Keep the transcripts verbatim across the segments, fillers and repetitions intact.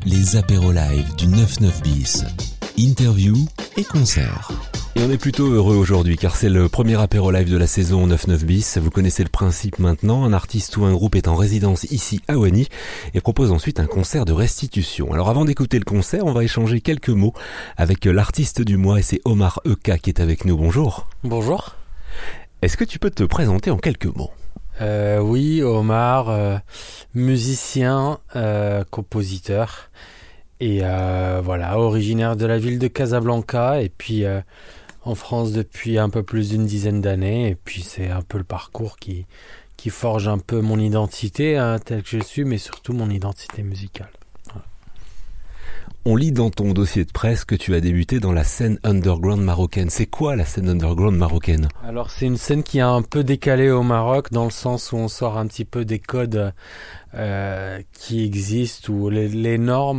les apéros live du neuf-neuf bis. Interview et concert. Et on est plutôt heureux aujourd'hui car c'est le premier apéro live de la saison neuf-neuf bis. Vous connaissez le principe maintenant, un artiste ou un groupe est en résidence ici à Wany et propose ensuite un concert de restitution. Alors avant d'écouter le concert, on va échanger quelques mots avec l'artiste du mois et c'est Omar E K qui est avec nous. Bonjour. Bonjour. Est-ce que tu peux te présenter en quelques mots ? Euh, oui, Omar, euh, musicien, euh, compositeur, et euh, voilà, originaire de la ville de Casablanca, et puis euh, en France depuis un peu plus d'une dizaine d'années, et puis c'est un peu le parcours qui, qui forge un peu mon identité, hein, telle que je suis, mais surtout mon identité musicale. Voilà. On lit dans ton dossier de presse que tu as débuté dans la scène underground marocaine. C'est quoi la scène underground marocaine ? Alors c'est une scène qui a un peu décalé au Maroc dans le sens où on sort un petit peu des codes euh, qui existent ou les, les normes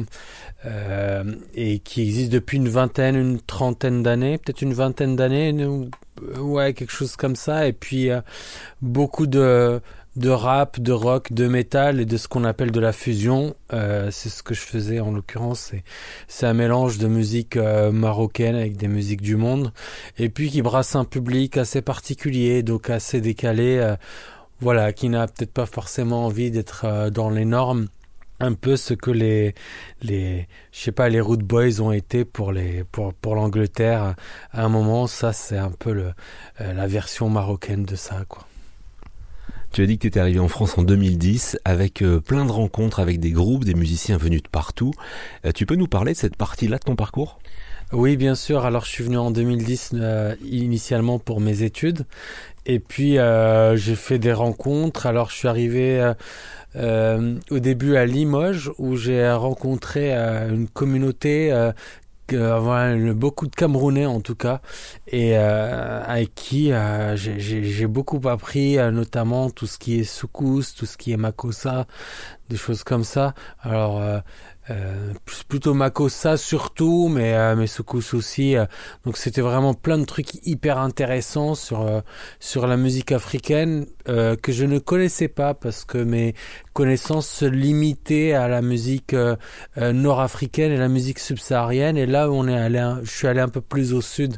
euh, et qui existent depuis une vingtaine, une trentaine d'années, peut-être une vingtaine d'années, une, ouais quelque chose comme ça. Et puis euh, beaucoup de de rap, de rock, de métal et de ce qu'on appelle de la fusion. Euh, c'est ce que je faisais en l'occurrence. C'est, c'est un mélange de musique euh, marocaine avec des musiques du monde et puis qui brasse un public assez particulier, donc assez décalé, euh, voilà, qui n'a peut-être pas forcément envie d'être euh, dans les normes. Un peu ce que les les je sais pas les Rude Boys ont été pour les pour pour l'Angleterre à un moment. Ça c'est un peu le euh, la version marocaine de ça, quoi. Tu as dit que tu étais arrivé en France en deux mille dix avec euh, plein de rencontres avec des groupes, des musiciens venus de partout. Euh, tu peux nous parler de cette partie-là de ton parcours ? Oui, bien sûr. Alors, je suis venu en deux mille dix euh, initialement pour mes études. Et puis, euh, j'ai fait des rencontres. Alors, je suis arrivé euh, euh, au début à Limoges où j'ai rencontré euh, une communauté euh, Euh, voilà, beaucoup de Camerounais en tout cas, et euh, avec qui euh, j'ai, j'ai, j'ai beaucoup appris, euh, notamment tout ce qui est soukous, tout ce qui est makossa, des choses comme ça. Alors euh, euh, plutôt makossa surtout, mais euh, mais soukous aussi. Euh, donc c'était vraiment plein de trucs hyper intéressants sur euh, sur la musique africaine euh, que je ne connaissais pas parce que mes connaissances se limitaient à la musique euh, euh, nord-africaine et la musique subsaharienne. Et là où on est allé, je suis allé un peu plus au sud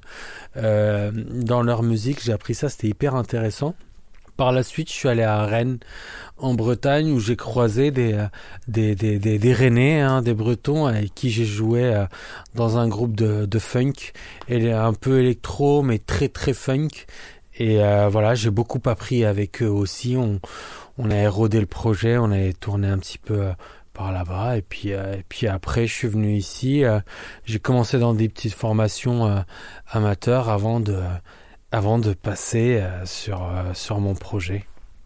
euh, dans leur musique, j'ai appris ça, c'était hyper intéressant. Par la suite, je suis allé à Rennes, en Bretagne, où j'ai croisé des des des des, des Rennais, hein, des Bretons, avec qui j'ai joué euh, dans un groupe de de funk, et un peu électro, mais très très funk. Et euh, voilà, j'ai beaucoup appris avec eux aussi. On on a érodé le projet, on a tourné un petit peu euh, par là-bas, et puis euh, et puis après, je suis venu ici. Euh, j'ai commencé dans des petites formations euh, amateurs avant de avant de passer euh, sur euh, sur mon projet.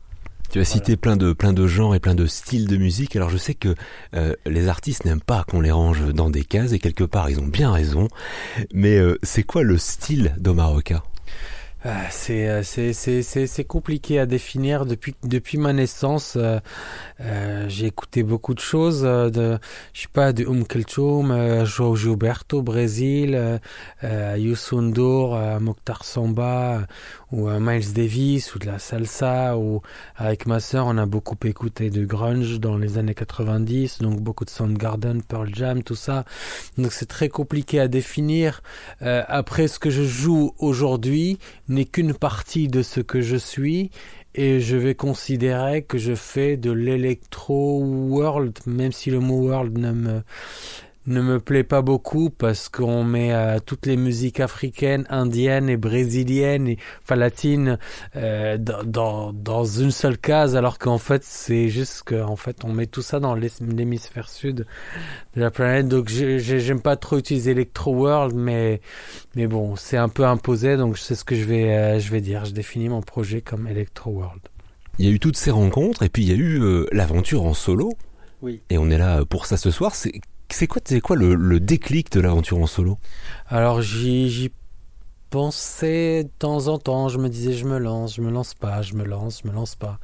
Tu as cité voilà. plein de plein de genres et plein de styles de musique. Alors je sais que euh, les artistes n'aiment pas qu'on les range dans des cases et quelque part ils ont bien raison. Mais euh, c'est quoi le style d'Omar E K ? Ah, c'est, c'est, c'est, c'est, c'est compliqué à définir. Depuis, depuis ma naissance, euh, euh, j'ai écouté beaucoup de choses, euh, de, je sais pas, de Umm Kulthum, euh, João Gilberto, Brésil, euh, euh, Youssou N'Dour, euh, Mokhtar Samba, euh, ou euh, Miles Davis, ou de la salsa, ou avec ma sœur, on a beaucoup écouté de grunge dans les années quatre-vingt-dix, donc beaucoup de Soundgarden, Pearl Jam, tout ça. Donc c'est très compliqué à définir. Euh, après, ce que je joue aujourd'hui n'est qu'une partie de ce que je suis et je vais considérer que je fais de l'électro world, même si le mot world ne me ne me plaît pas beaucoup parce qu'on met euh, toutes les musiques africaines, indiennes et brésiliennes et enfin latines euh, dans, dans dans une seule case, alors qu'en fait c'est juste que en fait on met tout ça dans l'hémisphère sud de la planète. Donc j'ai, j'ai, j'aime pas trop utiliser Electro World, mais mais bon c'est un peu imposé, donc c'est ce que je vais euh, je vais dire. Je définis mon projet comme Electro World. Il y a eu toutes ces rencontres et puis il y a eu euh, l'aventure en solo. Oui. Et on est là pour ça ce soir. C'est C'est quoi, c'est quoi le, le déclic de l'aventure en solo ? Alors j'y, j'y pensais de temps en temps, je me disais je me lance, je me lance pas, je me lance, je me lance pas.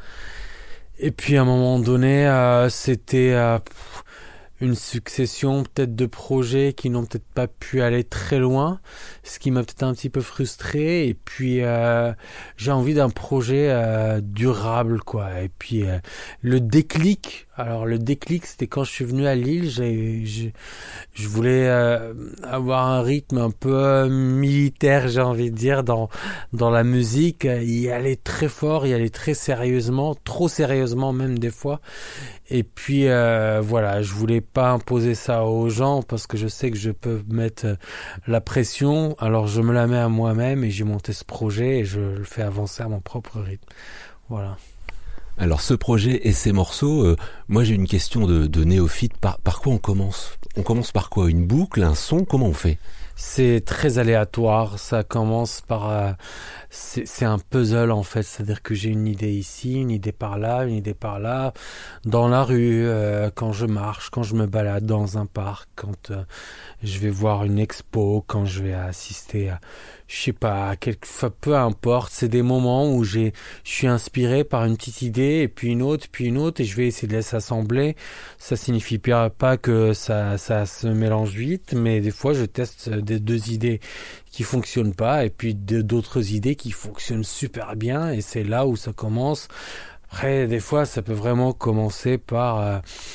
Et puis à un moment donné, euh, c'était euh, une succession peut-être de projets qui n'ont peut-être pas pu aller très loin, ce qui m'a peut-être un petit peu frustré. Et puis euh, j'ai envie d'un projet euh, durable, quoi. Et puis euh, le déclic, Alors le déclic, c'était quand je suis venu à Lille. J'ai, j'ai, je voulais euh, avoir un rythme un peu euh, militaire, j'ai envie de dire, dans dans la musique. Y aller très fort, y aller très sérieusement, trop sérieusement même des fois. Et puis euh, voilà, je voulais pas imposer ça aux gens parce que je sais que je peux mettre la pression. Alors je me la mets à moi-même et j'ai monté ce projet et je le fais avancer à mon propre rythme. Voilà. Alors ce projet et ces morceaux, euh, moi j'ai une question de, de néophyte. Par, par quoi on commence ? On commence par quoi ? Une boucle, un son ? Comment on fait ? C'est très aléatoire. Ça commence par... Euh, c'est, c'est un puzzle en fait. C'est-à-dire que j'ai une idée ici, une idée par là, une idée par là. Dans la rue, euh, quand je marche, quand je me balade dans un parc, quand euh, je vais voir une expo, quand je vais assister à... Je sais pas, quelque... enfin, peu importe. C'est des moments où j'ai, je suis inspiré par une petite idée et puis une autre, puis une autre, et je vais essayer de les assembler. Ça signifie pas que ça, ça se mélange vite, mais des fois je teste des deux idées qui fonctionnent pas et puis d'autres idées qui fonctionnent super bien, et c'est là où ça commence. Après, des fois, ça peut vraiment commencer par, euh,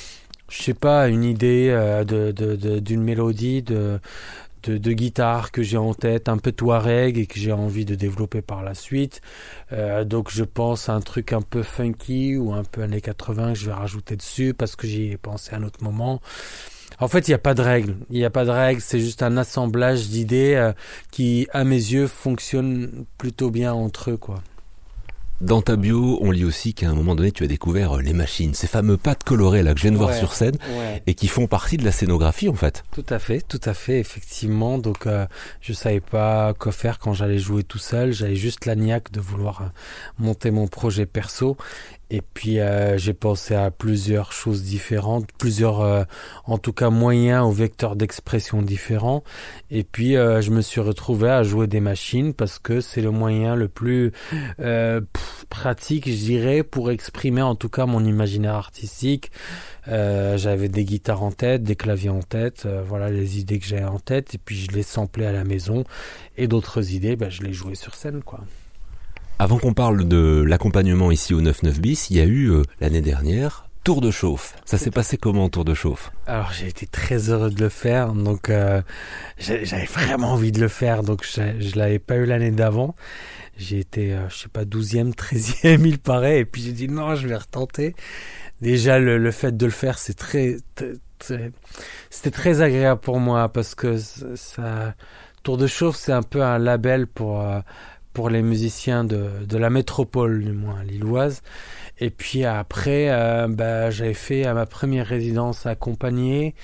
je sais pas, une idée euh, de, de, de, d'une mélodie de De, de guitare que j'ai en tête, un peu touareg et que j'ai envie de développer par la suite. Euh, donc je pense à un truc un peu funky ou un peu années quatre-vingts que je vais rajouter dessus parce que j'y ai pensé à un autre moment. En fait, il n'y a pas de règle. Il n'y a pas de règle, c'est juste un assemblage d'idées euh, qui, à mes yeux, fonctionnent plutôt bien entre eux, quoi. Dans ta bio, on lit aussi qu'à un moment donné, tu as découvert les machines, ces fameux pattes colorées là que je viens de voir ouais, sur scène, ouais. et qui font partie de la scénographie en fait. Tout à fait, tout à fait, effectivement. Donc, euh, je savais pas quoi faire quand j'allais jouer tout seul. J'avais juste la niaque de vouloir euh, monter mon projet perso. Et puis euh, j'ai pensé à plusieurs choses différentes, plusieurs, euh, en tout cas moyens ou vecteurs d'expression différents. Et puis euh, je me suis retrouvé à jouer des machines parce que c'est le moyen le plus euh, pff, pratique, je dirais, pour exprimer en tout cas mon imaginaire artistique. Euh, j'avais des guitares en tête, des claviers en tête, euh, voilà les idées que j'avais en tête. Et puis je les samplais à la maison. Et d'autres idées, ben, je les jouais sur scène, quoi. Avant qu'on parle de l'accompagnement ici au neuf neuf bis, il y a eu euh, l'année dernière Tour de Chauffe. Ça s'est passé comment, Tour de Chauffe ? Alors j'ai été très heureux de le faire, donc euh, j'avais vraiment envie de le faire, donc je, je l'avais pas eu l'année d'avant. J'ai été, euh, je sais pas, douzième, treizième, il paraît, et puis j'ai dit non, je vais retenter. Déjà le, le fait de le faire, c'est très, très, très c'était très agréable pour moi parce que ça, Tour de Chauffe, c'est un peu un label pour euh, pour les musiciens de, de la métropole, du moins lilloise. Et puis après, euh, bah, j'avais fait à ma première résidence accompagnée.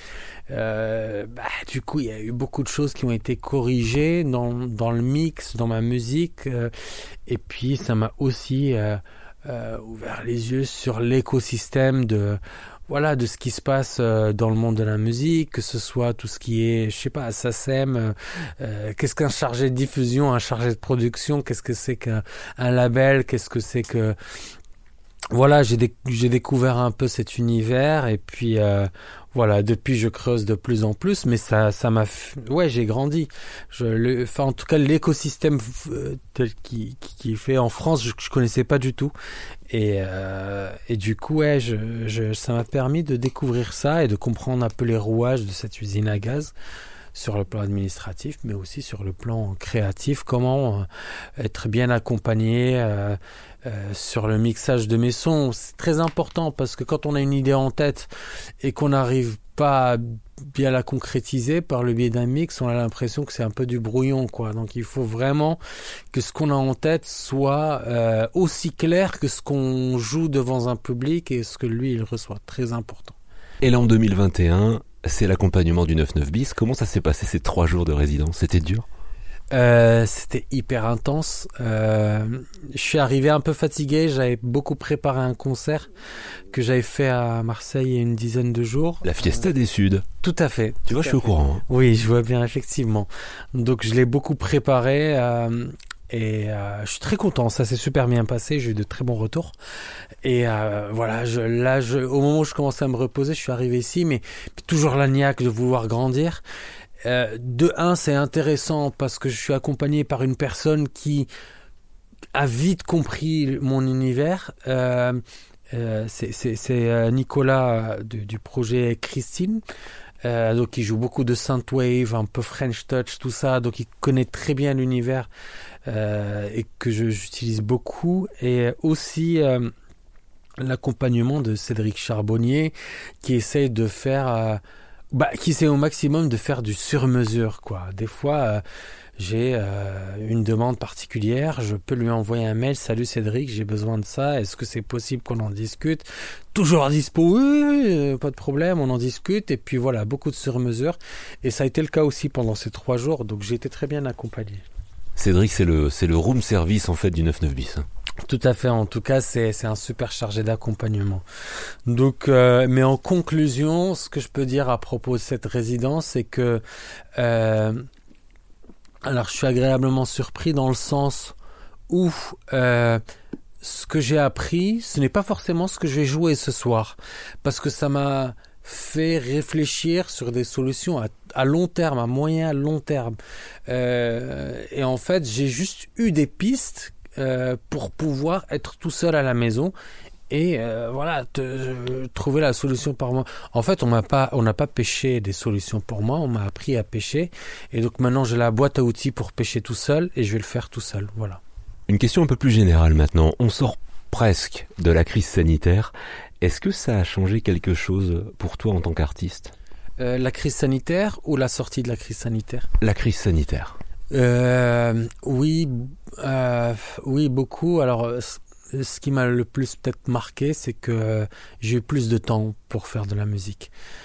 Euh, bah, du coup, il y a eu beaucoup de choses qui ont été corrigées dans, dans le mix, dans ma musique. Euh, et puis, ça m'a aussi euh, euh, ouvert les yeux sur l'écosystème de... Voilà, de ce qui se passe euh, dans le monde de la musique, que ce soit tout ce qui est, je sais pas, S A C E M, euh, qu'est-ce qu'un chargé de diffusion, un chargé de production, qu'est-ce que c'est qu'un un label, qu'est-ce que c'est que... Voilà, j'ai, dé- j'ai découvert un peu cet univers et puis euh, voilà, depuis je creuse de plus en plus, mais ça, ça m'a, f... ouais, j'ai grandi. Je, le, enfin, en tout cas, l'écosystème euh, tel qui, qui, qui est fait en France, je, je connaissais pas du tout. Et, euh, et du coup, ouais, je, je, ça m'a permis de découvrir ça et de comprendre un peu les rouages de cette usine à gaz sur le plan administratif, mais aussi sur le plan créatif, comment euh, être bien accompagné euh, euh, sur le mixage de mes sons. C'est très important parce que quand on a une idée en tête et qu'on n'arrive pas à bien la concrétiser par le biais d'un mix, on a l'impression que c'est un peu du brouillon, quoi. Donc il faut vraiment que ce qu'on a en tête soit euh, aussi clair que ce qu'on joue devant un public et ce que lui il reçoit. Très important. Et là en deux mille vingt et un, c'est l'accompagnement du neuf neuf bis. Comment ça s'est passé ces trois jours de résidence ? C'était dur ? Euh, c'était hyper intense. Euh, je suis arrivé un peu fatigué. J'avais beaucoup préparé un concert que j'avais fait à Marseille il y a une dizaine de jours. La Fiesta euh, des Suds. Tout à fait. Tu vois, je suis au courant. Hein. Oui, je vois bien, effectivement. Donc, je l'ai beaucoup préparé. Euh, Et euh, je suis très content, ça s'est super bien passé, j'ai eu de très bons retours. Et euh, voilà, je, là, je, au moment où je commençais à me reposer, je suis arrivé ici, mais toujours la niaque de vouloir grandir. Euh, de un, c'est intéressant parce que je suis accompagné par une personne qui a vite compris mon univers. Euh, Euh, c'est, c'est, c'est euh, Nicolas euh, du, du projet Christine. Euh, donc il joue beaucoup de synthwave, un peu French touch, tout ça. Donc il connaît très bien l'univers euh, et que je, j'utilise beaucoup. Et aussi euh, l'accompagnement de Cédric Charbonnier qui essaye de faire, euh, bah, qui essaie au maximum de faire du sur-mesure, quoi. Des fois, euh, j'ai euh, une demande particulière, je peux lui envoyer un mail, salut Cédric, j'ai besoin de ça, est-ce que c'est possible qu'on en discute? Toujours dispo, oui, oui, oui, pas de problème, on en discute, et puis voilà, beaucoup de sur-mesure, et ça a été le cas aussi pendant ces trois jours, donc j'ai été très bien accompagné. Cédric, c'est le, c'est le room service en fait du neuf neuf bis. Hein. Tout à fait, en tout cas c'est, c'est un super chargé d'accompagnement. Donc, euh, mais en conclusion, ce que je peux dire à propos de cette résidence, c'est que euh, alors je suis agréablement surpris dans le sens où euh, ce que j'ai appris, ce n'est pas forcément ce que je vais jouer ce soir, parce que ça m'a fait réfléchir sur des solutions à, à long terme, à moyen, à long terme. Euh, et en fait, j'ai juste eu des pistes euh, pour pouvoir être tout seul à la maison et euh, voilà, te, euh, trouver la solution par moi. En fait, on m'a pas, on n'a pas pêché des solutions pour moi, on m'a appris à pêcher. Et donc maintenant, j'ai la boîte à outils pour pêcher tout seul et je vais le faire tout seul. Voilà. Une question un peu plus générale maintenant. On sort presque de la crise sanitaire. Est-ce que ça a changé quelque chose pour toi en tant qu'artiste ? euh, La crise sanitaire ou la sortie de la crise sanitaire ? La crise sanitaire. Euh, oui, euh, oui, beaucoup. Alors, ce qui m'a le plus peut-être marqué, c'est que j'ai eu plus de temps pour faire de la musique.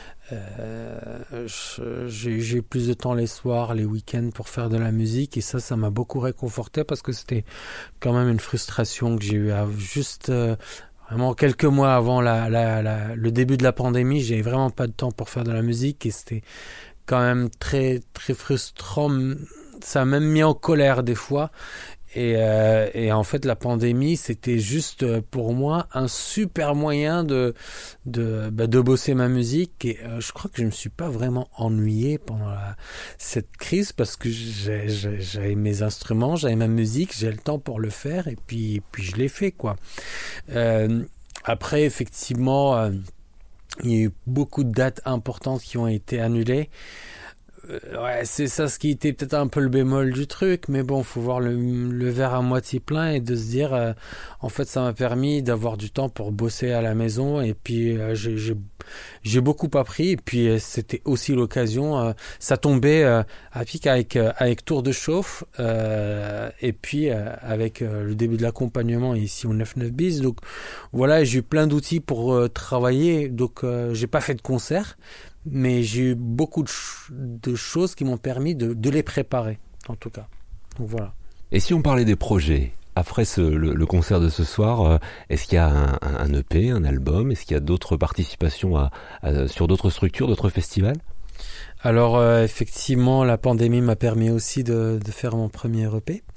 Euh, j'ai, j'ai eu plus de temps les soirs, les week-ends pour faire de la musique et ça, ça m'a beaucoup réconforté parce que c'était quand même une frustration que j'ai eu à juste euh, vraiment quelques mois avant la, la, la, le début de la pandémie. J'avais vraiment pas de temps pour faire de la musique et c'était quand même très très frustrant. Ça m'a même mis en colère des fois. Et, euh, et en fait, la pandémie, c'était juste pour moi un super moyen de de, bah, de bosser ma musique. Et euh, je crois que je me suis pas vraiment ennuyé pendant la, cette crise parce que j'ai, j'ai, j'avais mes instruments, j'avais ma musique, j'ai le temps pour le faire et puis puis je l'ai fait quoi. Euh, après, effectivement, euh, il y a eu beaucoup de dates importantes qui ont été annulées. Ouais, c'est ça ce qui était peut-être un peu le bémol du truc, mais bon, faut voir le, le verre à moitié plein et de se dire, euh, en fait, ça m'a permis d'avoir du temps pour bosser à la maison et puis euh, j'ai, j'ai, j'ai beaucoup appris et puis euh, c'était aussi l'occasion, euh, ça tombait euh, à pic avec euh, avec tour de chauffe euh, et puis euh, avec euh, le début de l'accompagnement ici au neuf neuf bis, donc voilà, j'ai eu plein d'outils pour euh, travailler, donc euh, j'ai pas fait de concert. Mais j'ai eu beaucoup de, ch- de choses qui m'ont permis de, de les préparer, en tout cas. Donc voilà. Et si on parlait des projets, après ce, le, le concert de ce soir, euh, est-ce qu'il y a un, un, un E P, un album ? Est-ce qu'il y a d'autres participations à, à, sur d'autres structures, d'autres festivals ? Alors euh, effectivement, la pandémie m'a permis aussi de, de faire mon premier E P.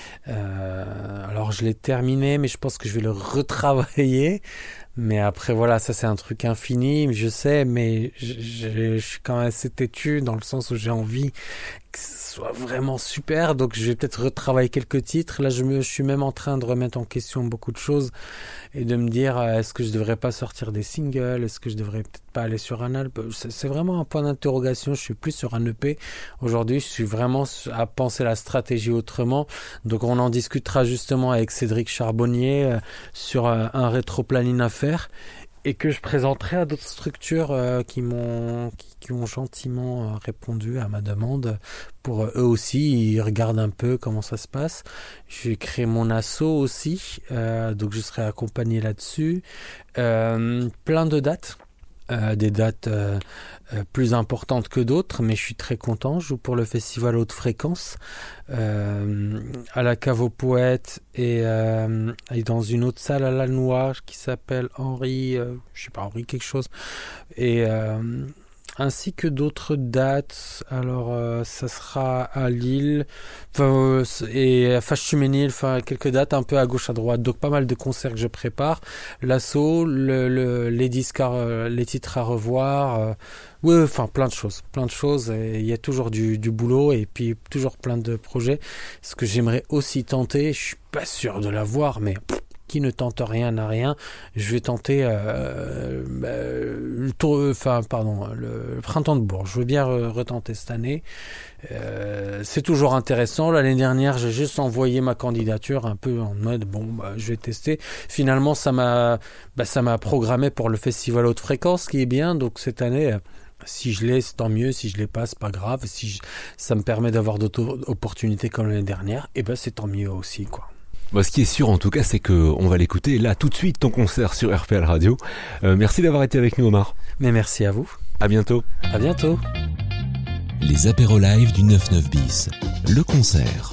Euh, alors je l'ai terminé, mais je pense que je vais le retravailler. Mais après voilà, ça c'est un truc infini, je sais, mais je, je, je suis quand même assez têtu dans le sens où j'ai envie que ce soit vraiment super, donc je vais peut-être retravailler quelques titres. Là je, me, je suis même en train de remettre en question beaucoup de choses et de me dire euh, est-ce que je devrais pas sortir des singles, est-ce que je devrais peut-être pas aller sur un album. C'est, c'est vraiment un point d'interrogation, je suis plus sur un E P. Aujourd'hui je suis vraiment à penser la stratégie autrement, donc on en discutera justement avec Cédric Charbonnier euh, sur euh, un rétro-planning à faire et que je présenterai à d'autres structures euh, qui m'ont qui, qui ont gentiment euh, répondu à ma demande pour euh, eux aussi ils regardent un peu comment ça se passe. J'ai créé mon asso aussi, euh, donc je serai accompagné là-dessus. Euh, plein de dates. Euh, des dates euh, euh, plus importantes que d'autres, mais je suis très content. Je joue pour le festival Haute Fréquence euh, à la Cave aux Poètes et, euh, et dans une autre salle à Lannoy qui s'appelle Henri, euh, je sais pas, Henri quelque chose, et euh, ainsi que d'autres dates. Alors euh, ça sera à Lille euh, et à Fache-Tuménil, enfin quelques dates un peu à gauche à droite, donc pas mal de concerts que je prépare, l'assaut, le, le, les disques à, les titres à revoir, euh, oui, enfin plein de choses plein de choses et il y a toujours du, du boulot et puis toujours plein de projets. Ce que j'aimerais aussi tenter, je suis pas sûr de l'avoir, mais qui ne tente rien n'a rien. Je vais tenter euh, euh, le tour, enfin pardon, le, le printemps de Bourges. Je veux bien re- retenter cette année. Euh, c'est toujours intéressant. L'année dernière, j'ai juste envoyé ma candidature un peu en mode bon, bah, je vais tester. Finalement, ça m'a, bah, ça m'a programmé pour le festival haute fréquence, ce qui est bien. Donc cette année, si je l'ai, c'est tant mieux. Si je l'ai pas, c'est pas grave. Si je, ça me permet d'avoir d'autres opportunités comme l'année dernière, et ben c'est tant mieux aussi, quoi. Bon, ce qui est sûr en tout cas, c'est que on va l'écouter là tout de suite ton concert sur R P L Radio. Euh, merci d'avoir été avec nous, Omar. Mais merci à vous. À bientôt. À bientôt. Les apéros live du neuf neuf bis. Le concert.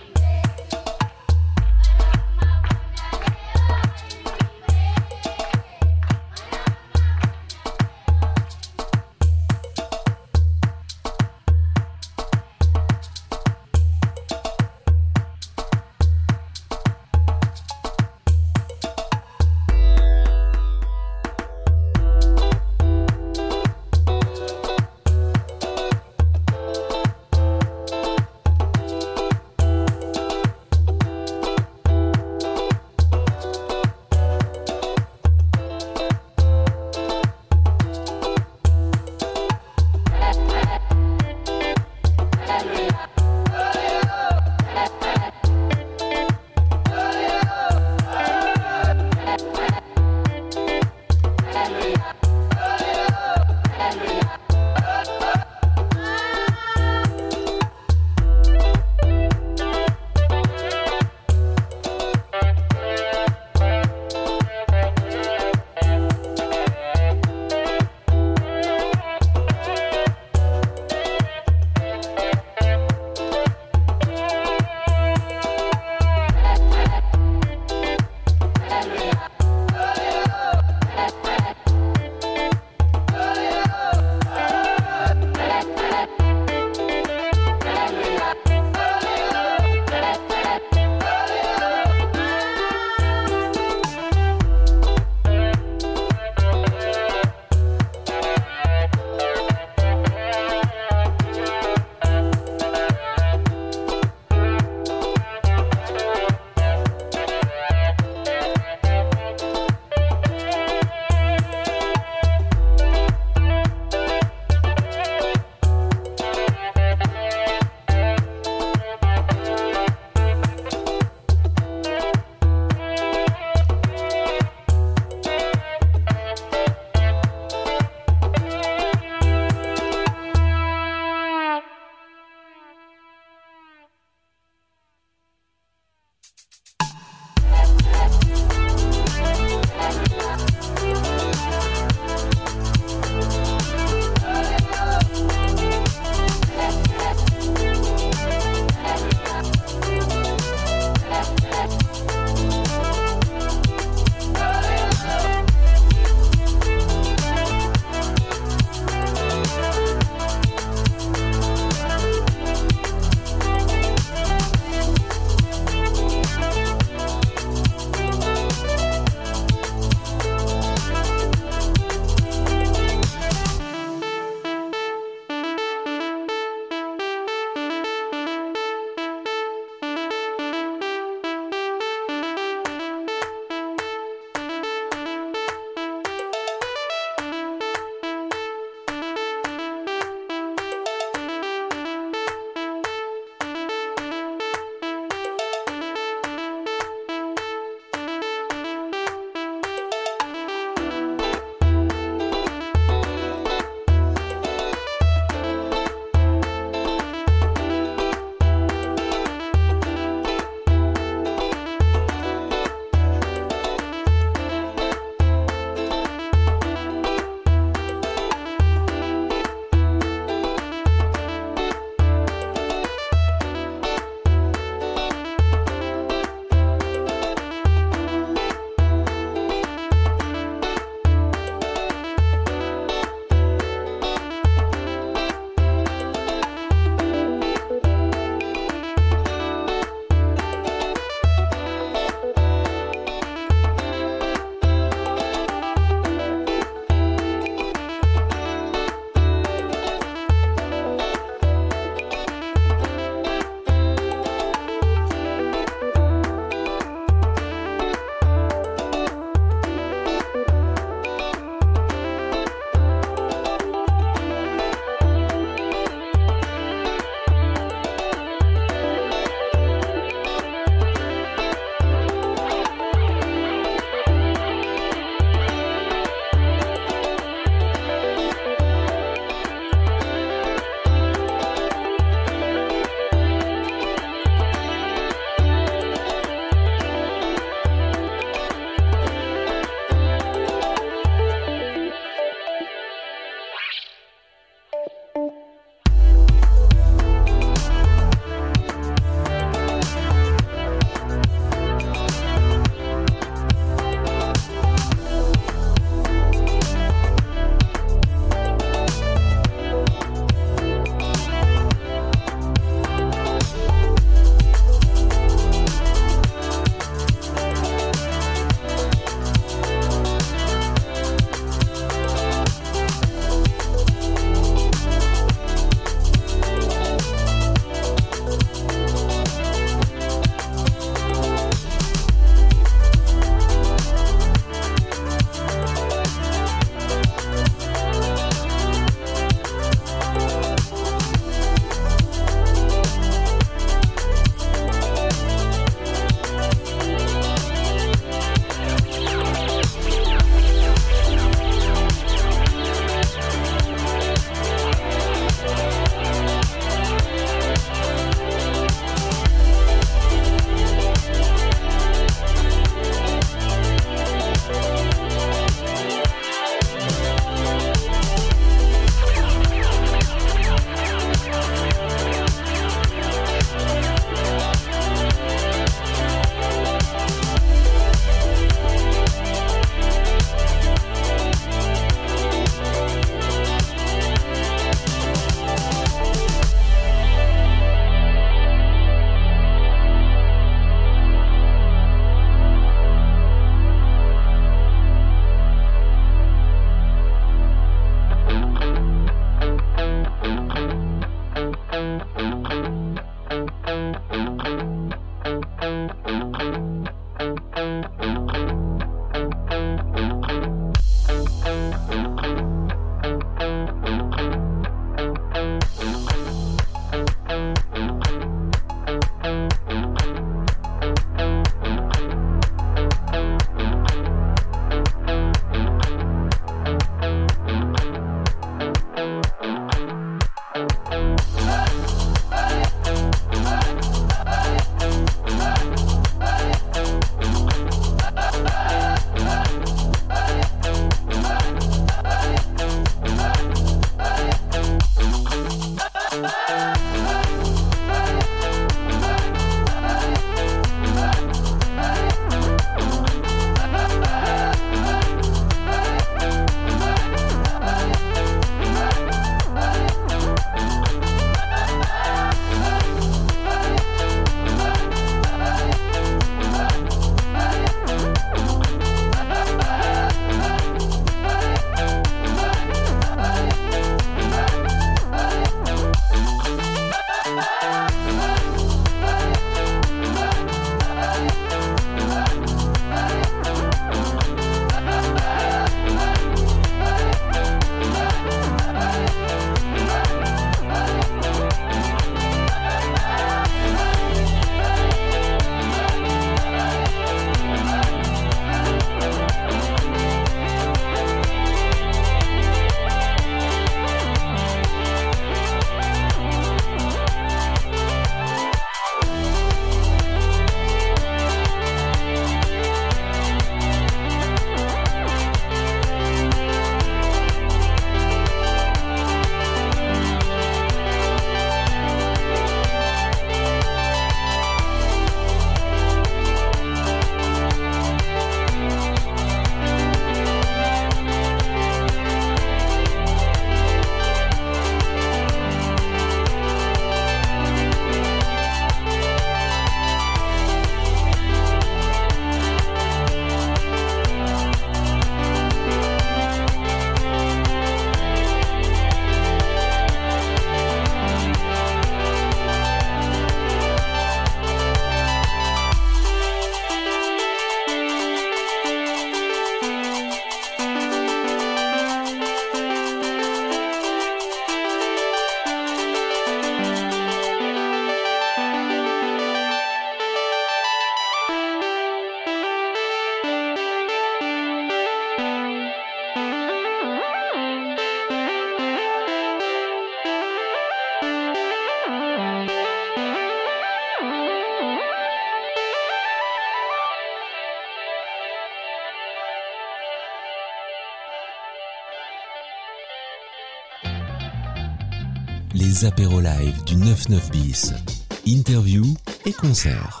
Les apéros live du neuf neuf bis. Interview et concert.